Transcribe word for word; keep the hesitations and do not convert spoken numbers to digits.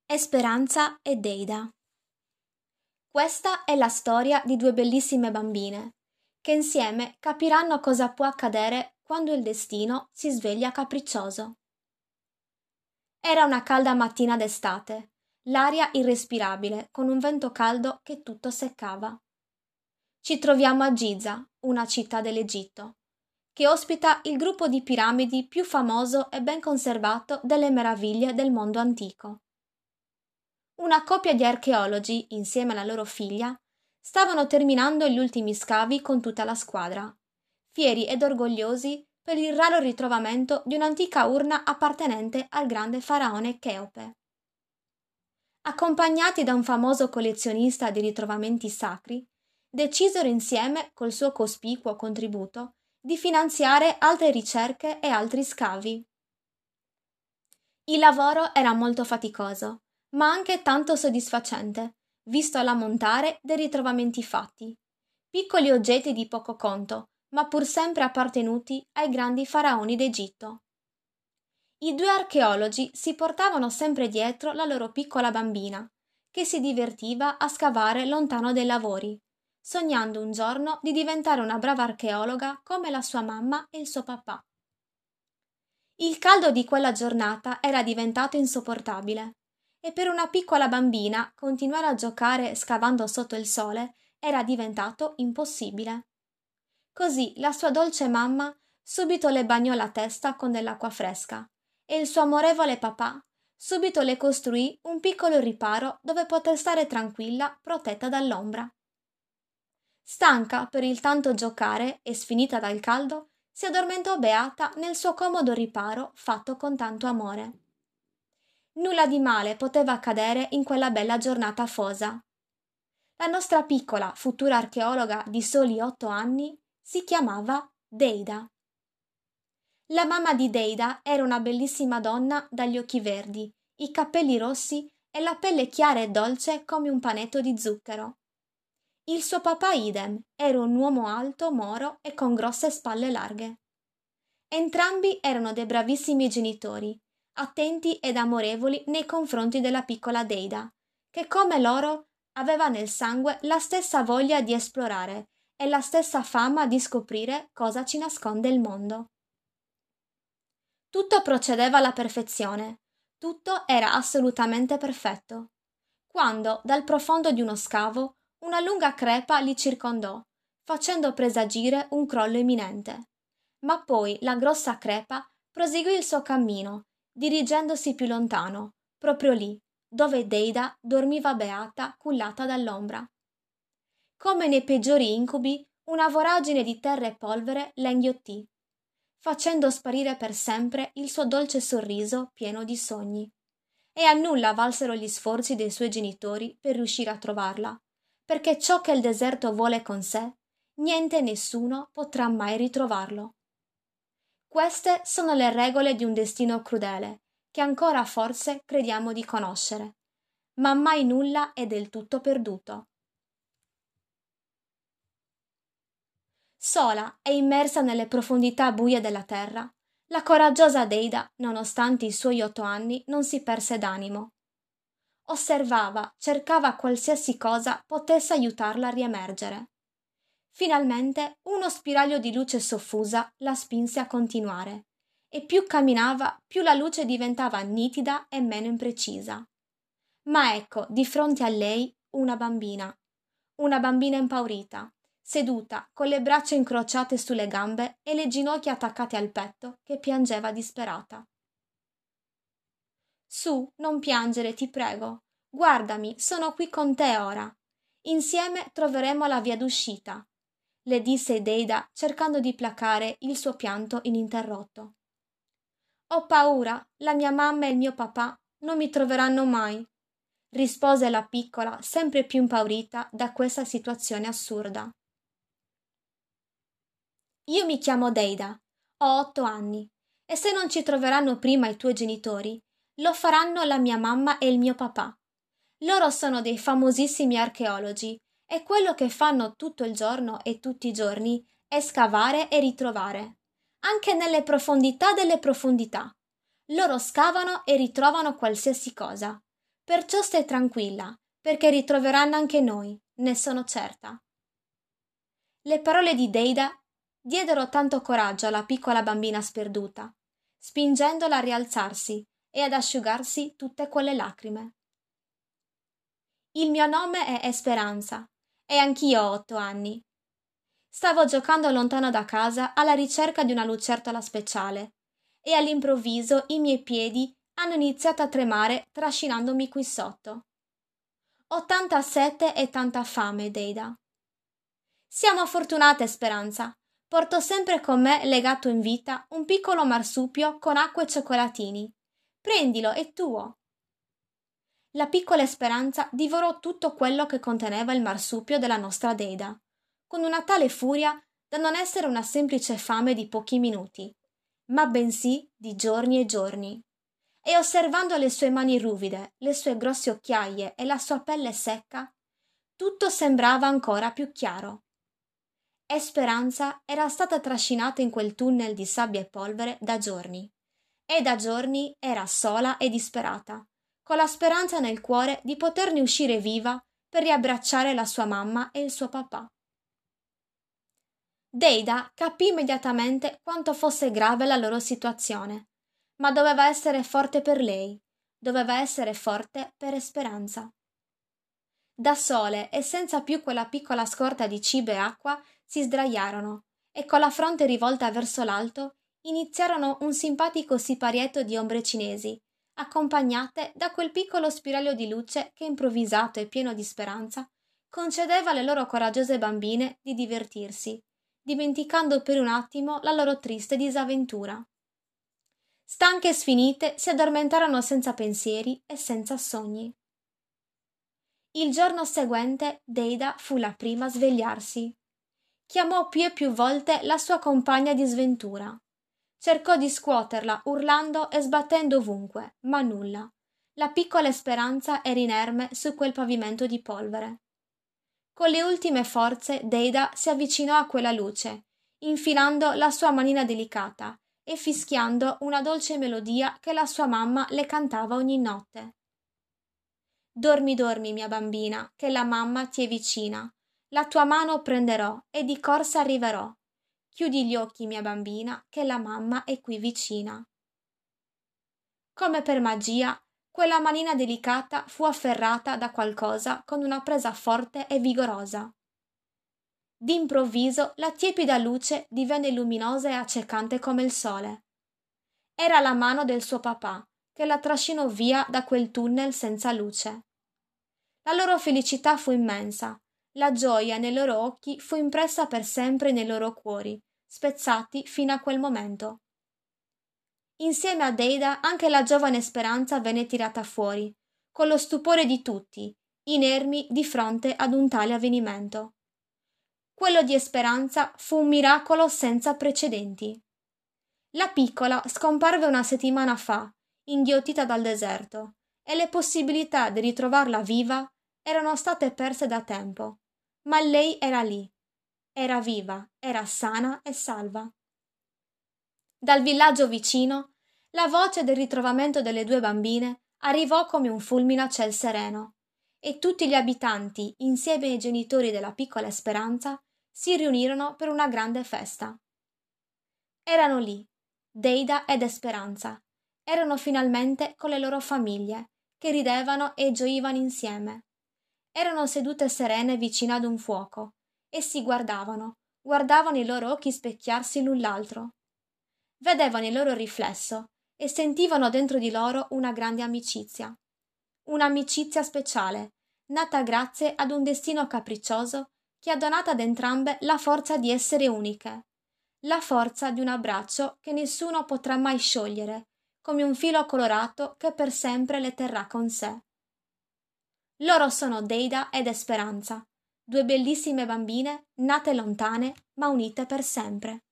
Esperanza e Deida. Questa è la storia di due bellissime bambine, che insieme capiranno cosa può accadere quando il destino si sveglia capriccioso. Era una calda mattina d'estate, l'aria irrespirabile, con un vento caldo che tutto seccava. Ci troviamo a Giza, una città dell'Egitto, che ospita il gruppo di piramidi più famoso e ben conservato delle meraviglie del mondo antico. Una coppia di archeologi, insieme alla loro figlia, stavano terminando gli ultimi scavi con tutta la squadra, fieri ed orgogliosi per il raro ritrovamento di un'antica urna appartenente al grande faraone Cheope. Accompagnati da un famoso collezionista di ritrovamenti sacri, decisero insieme, col suo cospicuo contributo, di finanziare altre ricerche e altri scavi. Il lavoro era molto faticoso, ma anche tanto soddisfacente, visto l'ammontare dei ritrovamenti fatti. Piccoli oggetti di poco conto, ma pur sempre appartenuti ai grandi faraoni d'Egitto. I due archeologi si portavano sempre dietro la loro piccola bambina, che si divertiva a scavare lontano dai lavori, sognando un giorno di diventare una brava archeologa come la sua mamma e il suo papà. Il caldo di quella giornata era diventato insopportabile, e per una piccola bambina continuare a giocare scavando sotto il sole era diventato impossibile. Così la sua dolce mamma subito le bagnò la testa con dell'acqua fresca e il suo amorevole papà subito le costruì un piccolo riparo dove poter stare tranquilla, protetta dall'ombra. Stanca per il tanto giocare e sfinita dal caldo, si addormentò beata nel suo comodo riparo fatto con tanto amore. Nulla di male poteva accadere in quella bella giornata afosa. La nostra piccola futura archeologa di soli otto anni si chiamava Deida. La mamma di Deida era una bellissima donna dagli occhi verdi, i capelli rossi e la pelle chiara e dolce come un panetto di zucchero. Il suo papà idem, era un uomo alto, moro e con grosse spalle larghe. Entrambi erano dei bravissimi genitori, attenti ed amorevoli nei confronti della piccola Deida, che come loro aveva nel sangue la stessa voglia di esplorare e la stessa fama di scoprire cosa ci nasconde il mondo. Tutto procedeva alla perfezione, tutto era assolutamente perfetto, quando dal profondo di uno scavo una lunga crepa li circondò, facendo presagire un crollo imminente. Ma poi la grossa crepa proseguì il suo cammino, dirigendosi più lontano, proprio lì, dove Deida dormiva beata cullata dall'ombra. Come nei peggiori incubi, una voragine di terra e polvere la inghiottì, facendo sparire per sempre il suo dolce sorriso pieno di sogni. E a nulla valsero gli sforzi dei suoi genitori per riuscire a trovarla, perché ciò che il deserto vuole con sé, niente e nessuno potrà mai ritrovarlo. Queste sono le regole di un destino crudele, che ancora forse crediamo di conoscere, ma mai nulla è del tutto perduto. Sola e immersa nelle profondità buie della terra, la coraggiosa Deida, nonostante i suoi otto anni, non si perse d'animo. Osservava, cercava qualsiasi cosa potesse aiutarla a riemergere. Finalmente uno spiraglio di luce soffusa la spinse a continuare, e più camminava, più la luce diventava nitida e meno imprecisa. Ma ecco, di fronte a lei, una bambina, una bambina impaurita, seduta, con le braccia incrociate sulle gambe e le ginocchia attaccate al petto, che piangeva disperata. Su, non piangere, ti prego. Guardami, sono qui con te ora. Insieme troveremo la via d'uscita, le disse Deida, cercando di placare il suo pianto ininterrotto. Ho paura, la mia mamma e il mio papà non mi troveranno mai, rispose la piccola, sempre più impaurita da questa situazione assurda. Io mi chiamo Deida, ho otto anni, e se non ci troveranno prima i tuoi genitori, lo faranno la mia mamma e il mio papà. Loro sono dei famosissimi archeologi e quello che fanno tutto il giorno e tutti i giorni è scavare e ritrovare, anche nelle profondità delle profondità. Loro scavano e ritrovano qualsiasi cosa, Perciò stai tranquilla, perché ritroveranno anche noi, ne sono certa. Le parole di Deida diedero tanto coraggio alla piccola bambina sperduta, spingendola a rialzarsi e ad asciugarsi tutte quelle lacrime. Il mio nome è Esperanza e anch'io ho otto anni. Stavo giocando lontano da casa alla ricerca di una lucertola speciale e all'improvviso i miei piedi hanno iniziato a tremare trascinandomi qui sotto. Ho tanta sete e tanta fame, Deida. Siamo fortunate, Speranza. Porto sempre con me, legato in vita, un piccolo marsupio con acqua e cioccolatini. Prendilo, è tuo. La piccola Speranza divorò tutto quello che conteneva il marsupio della nostra Deida, con una tale furia da non essere una semplice fame di pochi minuti, ma bensì di giorni e giorni. E osservando le sue mani ruvide, le sue grosse occhiaie e la sua pelle secca, tutto sembrava ancora più chiaro. E Speranza era stata trascinata in quel tunnel di sabbia e polvere da giorni, e da giorni era sola e disperata, con la speranza nel cuore di poterne uscire viva per riabbracciare la sua mamma e il suo papà. Deida capì immediatamente quanto fosse grave la loro situazione, ma doveva essere forte per lei, doveva essere forte per Speranza. Da sole e senza più quella piccola scorta di cibo e acqua si sdraiarono e con la fronte rivolta verso l'alto iniziarono un simpatico siparietto di ombre cinesi, accompagnate da quel piccolo spiraglio di luce che improvvisato e pieno di speranza concedeva alle loro coraggiose bambine di divertirsi, dimenticando per un attimo la loro triste disavventura. Stanche e sfinite si addormentarono senza pensieri e senza sogni. Il giorno seguente Deida fu la prima a svegliarsi. Chiamò più e più volte la sua compagna di sventura. Cercò di scuoterla, urlando e sbattendo ovunque, ma nulla. La piccola Speranza era inerme su quel pavimento di polvere. Con le ultime forze Deida si avvicinò a quella luce, infilando la sua manina delicata e fischiando una dolce melodia che la sua mamma le cantava ogni notte. Dormi, dormi, mia bambina, che la mamma ti è vicina. La tua mano prenderò e di corsa arriverò. Chiudi gli occhi, mia bambina, che la mamma è qui vicina. Come per magia, quella manina delicata fu afferrata da qualcosa con una presa forte e vigorosa. D'improvviso la tiepida luce divenne luminosa e accecante come il sole. Era la mano del suo papà, che la trascinò via da quel tunnel senza luce. La loro felicità fu immensa, la gioia nei loro occhi fu impressa per sempre nei loro cuori, spezzati fino a quel momento. Insieme a Deida anche la giovane Speranza venne tirata fuori, con lo stupore di tutti, inermi di fronte ad un tale avvenimento. Quello di Speranza fu un miracolo senza precedenti. La piccola scomparve una settimana fa, inghiottita dal deserto, e le possibilità di ritrovarla viva erano state perse da tempo, ma lei era lì, era viva, era sana e salva. Dal villaggio vicino, la voce del ritrovamento delle due bambine arrivò come un fulmine a ciel sereno, e tutti gli abitanti, insieme ai genitori della piccola Speranza, si riunirono per una grande festa. Erano lì, Deida ed Speranza, erano finalmente con le loro famiglie, che ridevano e gioivano insieme. Erano sedute serene vicino ad un fuoco e si guardavano, guardavano i loro occhi specchiarsi l'un l'altro. Vedevano il loro riflesso e sentivano dentro di loro una grande amicizia. Un'amicizia speciale, nata grazie ad un destino capriccioso che ha donato ad entrambe la forza di essere uniche, la forza di un abbraccio che nessuno potrà mai sciogliere, come un filo colorato che per sempre le terrà con sé. Loro sono Deida ed Speranza, due bellissime bambine nate lontane ma unite per sempre.